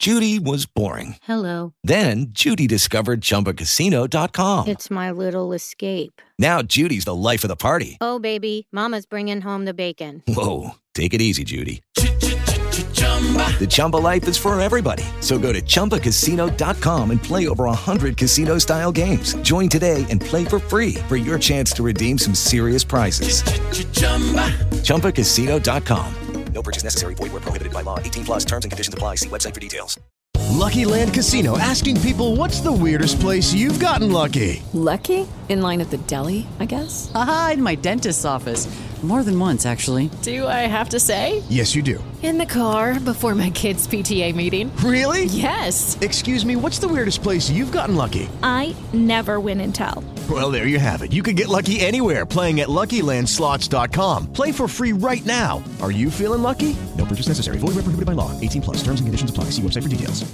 Judy was boring. Hello. Then Judy discovered ChumbaCasino.com. It's my little escape. Now Judy's the life of the party. Oh, baby, mama's bringing home the bacon. Whoa, take it easy, Judy. The Chumba life is for everybody. So go to ChumbaCasino.com and play over 100 casino-style games. Join today and play for free for your chance to redeem some serious prizes. ChumbaCasino.com. No purchase necessary. Void where prohibited by law. 18 plus terms and conditions apply. See website for details. Lucky Land Casino, asking people, what's the weirdest place you've gotten lucky? Lucky? In line at the deli, I guess? Aha, in my dentist's office. More than once, actually. Do I have to say? Yes, you do. In the car before my kids' PTA meeting. Really? Yes. Excuse me, what's the weirdest place you've gotten lucky? I never win and tell. Well, there you have it. You can get lucky anywhere, playing at LuckyLandSlots.com. Play for free right now. Are you feeling lucky? No purchase necessary. Void where prohibited by law. 18 plus. Terms and conditions apply. See website for details.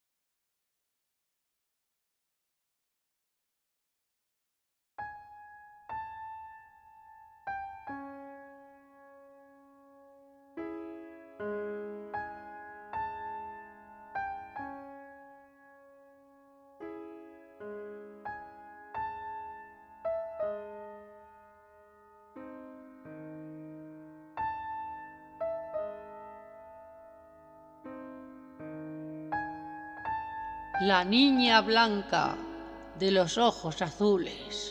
La niña blanca de los ojos azules.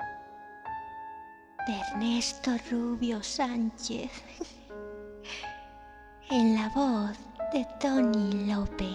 De Ernesto Rubio Sánchez. En la voz de Tony López.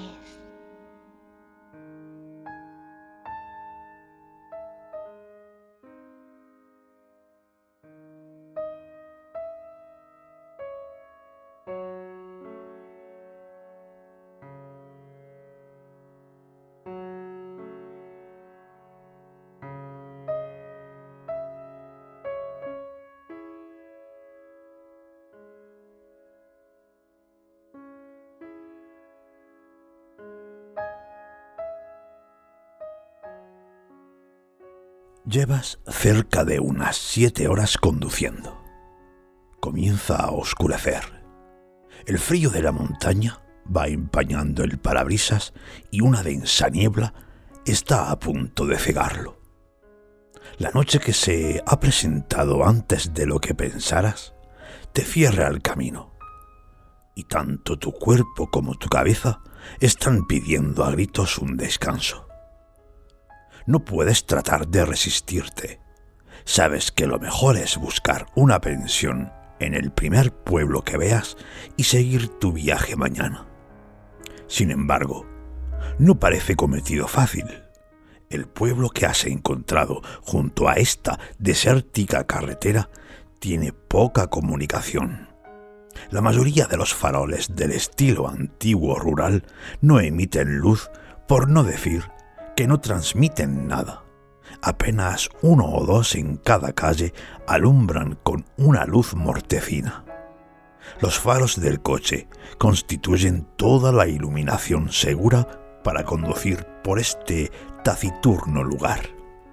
Llevas cerca de unas 7 horas conduciendo. Comienza a oscurecer. El frío de la montaña va empañando el parabrisas y una densa niebla está a punto de cegarlo. La noche que se ha presentado antes de lo que pensaras te cierra el camino, y tanto tu cuerpo como tu cabeza están pidiendo a gritos un descanso. No puedes tratar de resistirte. Sabes que lo mejor es buscar una pensión en el primer pueblo que veas y seguir tu viaje mañana. Sin embargo, no parece cometido fácil. El pueblo que has encontrado junto a esta desértica carretera tiene poca comunicación. La mayoría de los faroles del estilo antiguo rural no emiten luz, por no decir que no transmiten nada. Apenas 1 o 2 en cada calle alumbran con una luz mortecina. Los faros del coche constituyen toda la iluminación segura para conducir por este taciturno lugar.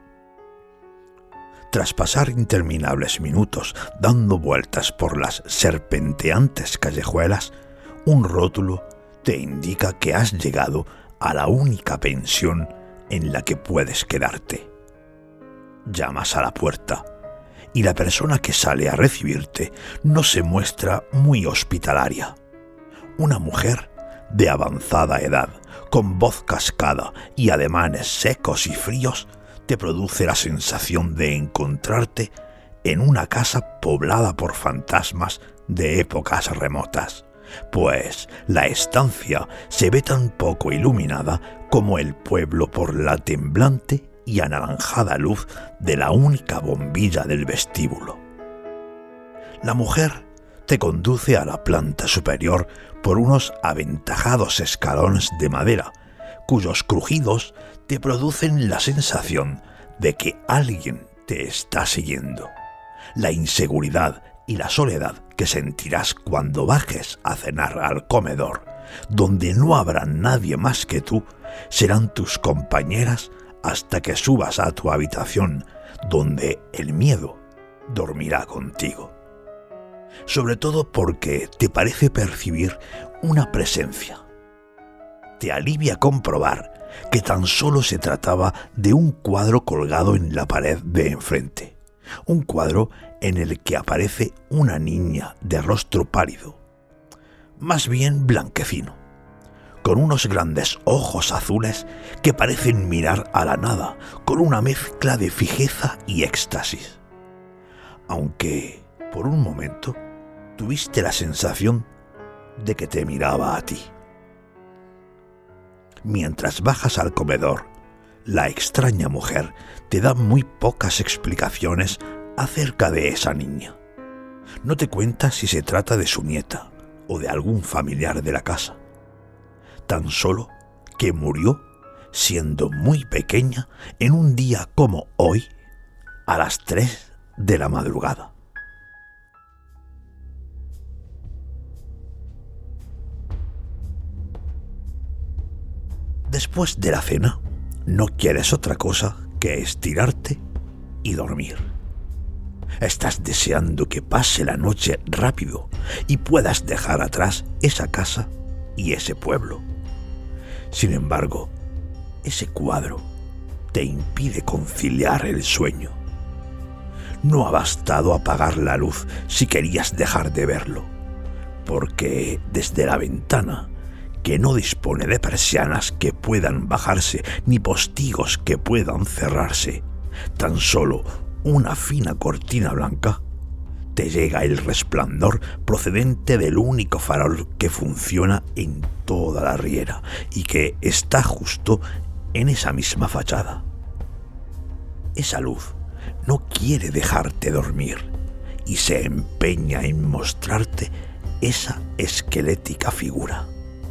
Tras pasar interminables minutos dando vueltas por las serpenteantes callejuelas, un rótulo te indica que has llegado a la única pensión en la que puedes quedarte. Llamas a la puerta y la persona que sale a recibirte no se muestra muy hospitalaria. Una mujer de avanzada edad, con voz cascada y ademanes secos y fríos, te produce la sensación de encontrarte en una casa poblada por fantasmas de épocas remotas, pues la estancia se ve tan poco iluminada como el pueblo por la temblante y anaranjada luz de la única bombilla del vestíbulo. La mujer te conduce a la planta superior por unos aventajados escalones de madera, cuyos crujidos te producen la sensación de que alguien te está siguiendo. La inseguridad y la soledad que sentirás cuando bajes a cenar al comedor, donde no habrá nadie más que tú, serán tus compañeras hasta que subas a tu habitación, donde el miedo dormirá contigo. Sobre todo porque te parece percibir una presencia. te alivia comprobar que tan solo se trataba de un cuadro colgado en la pared de enfrente. Un cuadro en el que aparece una niña de rostro pálido, más bien blanquecino, con unos grandes ojos azules que parecen mirar a la nada, con una mezcla de fijeza y éxtasis. Aunque, por un momento, tuviste la sensación de que te miraba a ti. Mientras bajas al comedor, la extraña mujer te da muy pocas explicaciones acerca de esa niña. No te cuenta si se trata de su nieta o de algún familiar de la casa. Tan solo que murió siendo muy pequeña en un día como hoy, a las 3 de la madrugada. Después de la cena, no quieres otra cosa que estirarte y dormir. Estás deseando que pase la noche rápido y puedas dejar atrás esa casa y ese pueblo. Sin embargo, ese cuadro te impide conciliar el sueño. No ha bastado apagar la luz si querías dejar de verlo, porque desde la ventana, que no dispone de persianas que puedan bajarse ni postigos que puedan cerrarse, tan solo una fina cortina blanca, te llega el resplandor procedente del único farol que funciona en toda la riera y que está justo en esa misma fachada. Esa luz no quiere dejarte dormir y se empeña en mostrarte esa esquelética figura.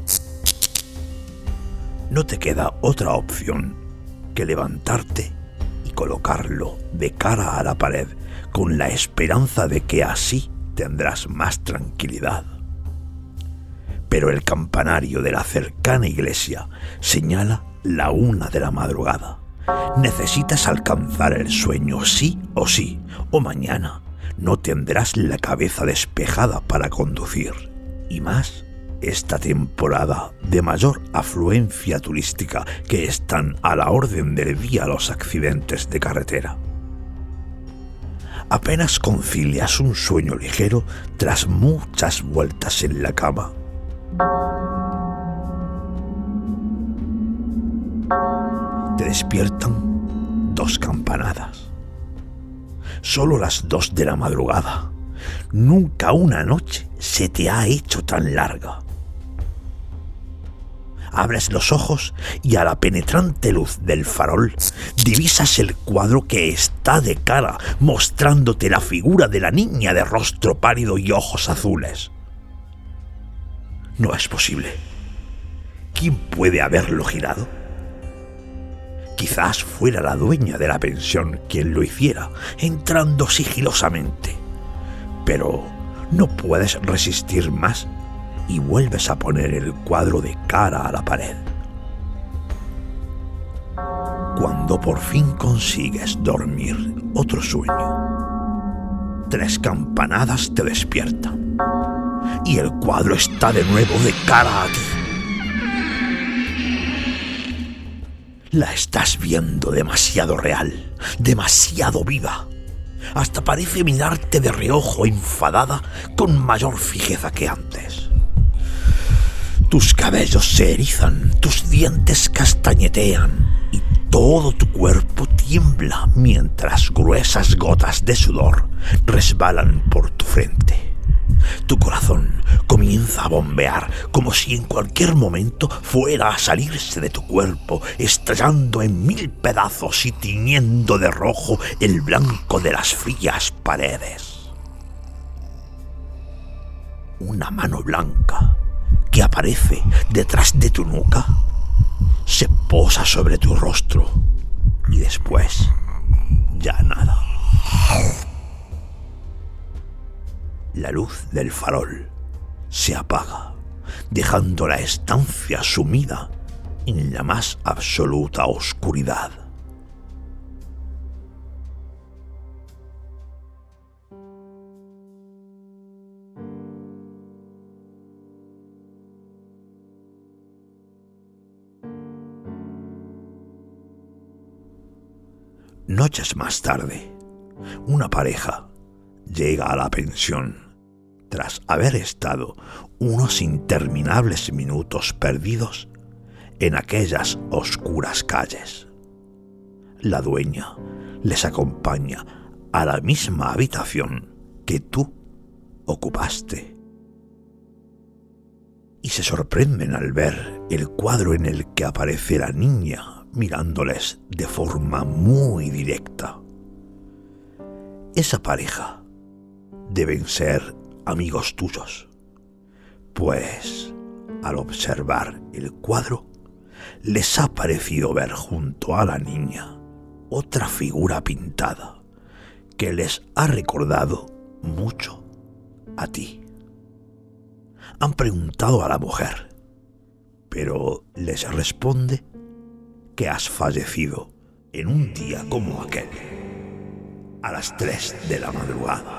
No te queda otra opción que levantarte y colocarlo de cara a la pared con la esperanza de que así tendrás más tranquilidad. Pero el campanario de la cercana iglesia señala la 1 de la madrugada. Necesitas alcanzar el sueño sí, o mañana no tendrás la cabeza despejada para conducir. Y más esta temporada de mayor afluencia turística que están a la orden del día los accidentes de carretera. Apenas concilias un sueño ligero tras muchas vueltas en la cama. Te despiertan 2 campanadas. Solo las 2 de la madrugada. Nunca una noche se te ha hecho tan larga. Abres los ojos y a la penetrante luz del farol divisas el cuadro que está de cara, mostrándote la figura de la niña de rostro pálido y ojos azules. No es posible. ¿Quién puede haberlo girado? Quizás fuera la dueña de la pensión quien lo hiciera, entrando sigilosamente. Pero no puedes resistir más y vuelves a poner el cuadro de cara a la pared. Cuando por fin consigues dormir otro sueño, 3 campanadas te despiertan y el cuadro está de nuevo de cara a ti. La estás viendo demasiado real, demasiado viva. Hasta parece mirarte de reojo enfadada con mayor fijeza que antes. Tus cabellos se erizan, tus dientes castañetean y todo tu cuerpo tiembla mientras gruesas gotas de sudor resbalan por tu frente. Tu corazón comienza a bombear como si en cualquier momento fuera a salirse de tu cuerpo, estallando en 1000 pedazos y tiñendo de rojo el blanco de las frías paredes. Una mano blanca que aparece detrás de tu nuca se posa sobre tu rostro y después ya nada. La luz del farol se apaga, dejando la estancia sumida en la más absoluta oscuridad. Noches más tarde, una pareja llega a la pensión tras haber estado unos interminables minutos perdidos en aquellas oscuras calles. La dueña les acompaña a la misma habitación que tú ocupaste. Y se sorprenden al ver el cuadro en el que aparece la niña mirándoles de forma muy directa. Esa pareja deben ser amigos tuyos, pues al observar el cuadro les ha parecido ver junto a la niña otra figura pintada que les ha recordado mucho a ti. Han preguntado a la mujer, pero les responde que has fallecido en un día como aquel, a las 3 de la madrugada.